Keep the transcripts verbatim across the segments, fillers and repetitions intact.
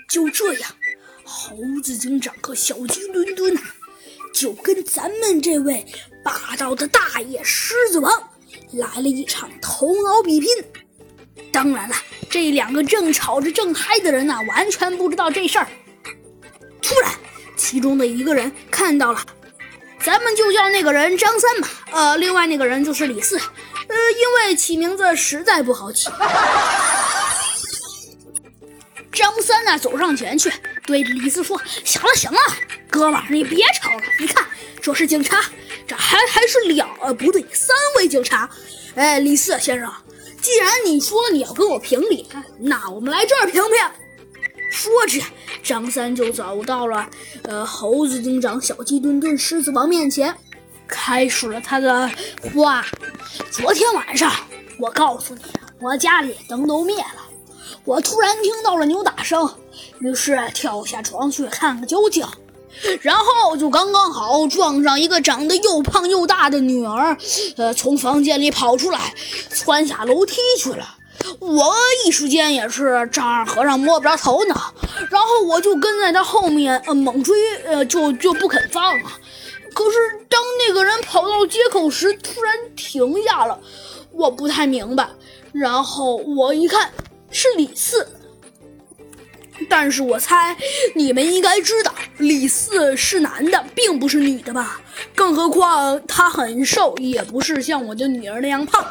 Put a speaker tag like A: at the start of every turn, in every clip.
A: 就这样，猴子警长和小鸡墩墩啊，就跟咱们这位霸道的大爷狮子王来了一场头脑比拼。当然了，这两个正吵着正嗨的人呢、啊，完全不知道这事儿。突然，其中的一个人看到了，咱们就叫那个人张三吧，呃，另外那个人就是李四，呃，因为起名字实在不好起。张三呢、啊、走上前去，对李四说：“行了行了，哥们儿，你别吵了，你看这是警察，这还还是两呃不对三位警察。哎，李四先生，既然你说你要跟我评理，那我们来这儿评评。”说着，张三就走到了呃猴子警长、小鸡墩墩、狮子王面前，开始了他的话。昨天晚上，我告诉你，我家里灯都灭了，我突然听到了扭打声，于是跳下床去看个究竟，然后就刚刚好撞上一个长得又胖又大的女儿，呃，从房间里跑出来，窜下楼梯去了。我一时间也是丈二和尚摸不着头脑，然后我就跟在他后面，呃，猛追，呃，就就不肯放啊。可是当那个人跑到街口时，突然停下了，我不太明白。然后我一看是李四，但是我猜你们应该知道，李四是男的，并不是女的吧？更何况他很瘦，也不是像我的女儿那样胖。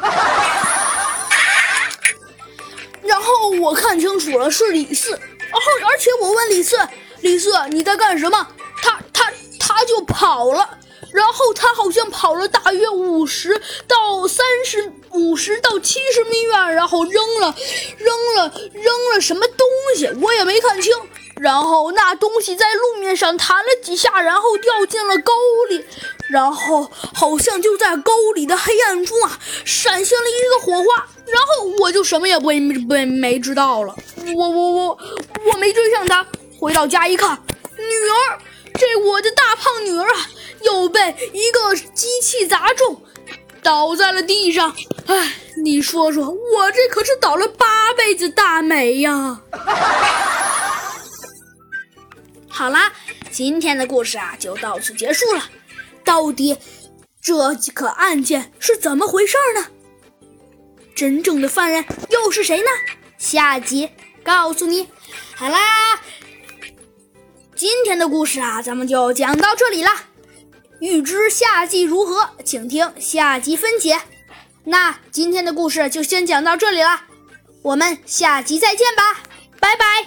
A: 然后我看清楚了是李四，然后而且我问李四，李四你在干什么？他他他就跑了，然后他好像跑了大约五十到三十五十到七十米远，然后扔了扔了扔了什么东西，我也没看清。然后那东西在路面上弹了几下，然后掉进了沟里，然后好像就在沟里的黑暗中啊，闪现了一个火花，然后我就什么也不没没没知道了。我我我我没追上他，回到家一看，女儿，这我的大胖女儿啊，又被一个机器砸中，倒在了地上。哎，你说说，我这可是倒了八辈子大霉呀！好啦，今天的故事啊就到此结束了。到底这几个案件是怎么回事呢？真正的犯人又是谁呢？下集告诉你。好啦，今天的故事啊咱们就讲到这里啦。欲知下集如何，请听下集分解。那今天的故事就先讲到这里啦，我们下集再见吧，拜拜。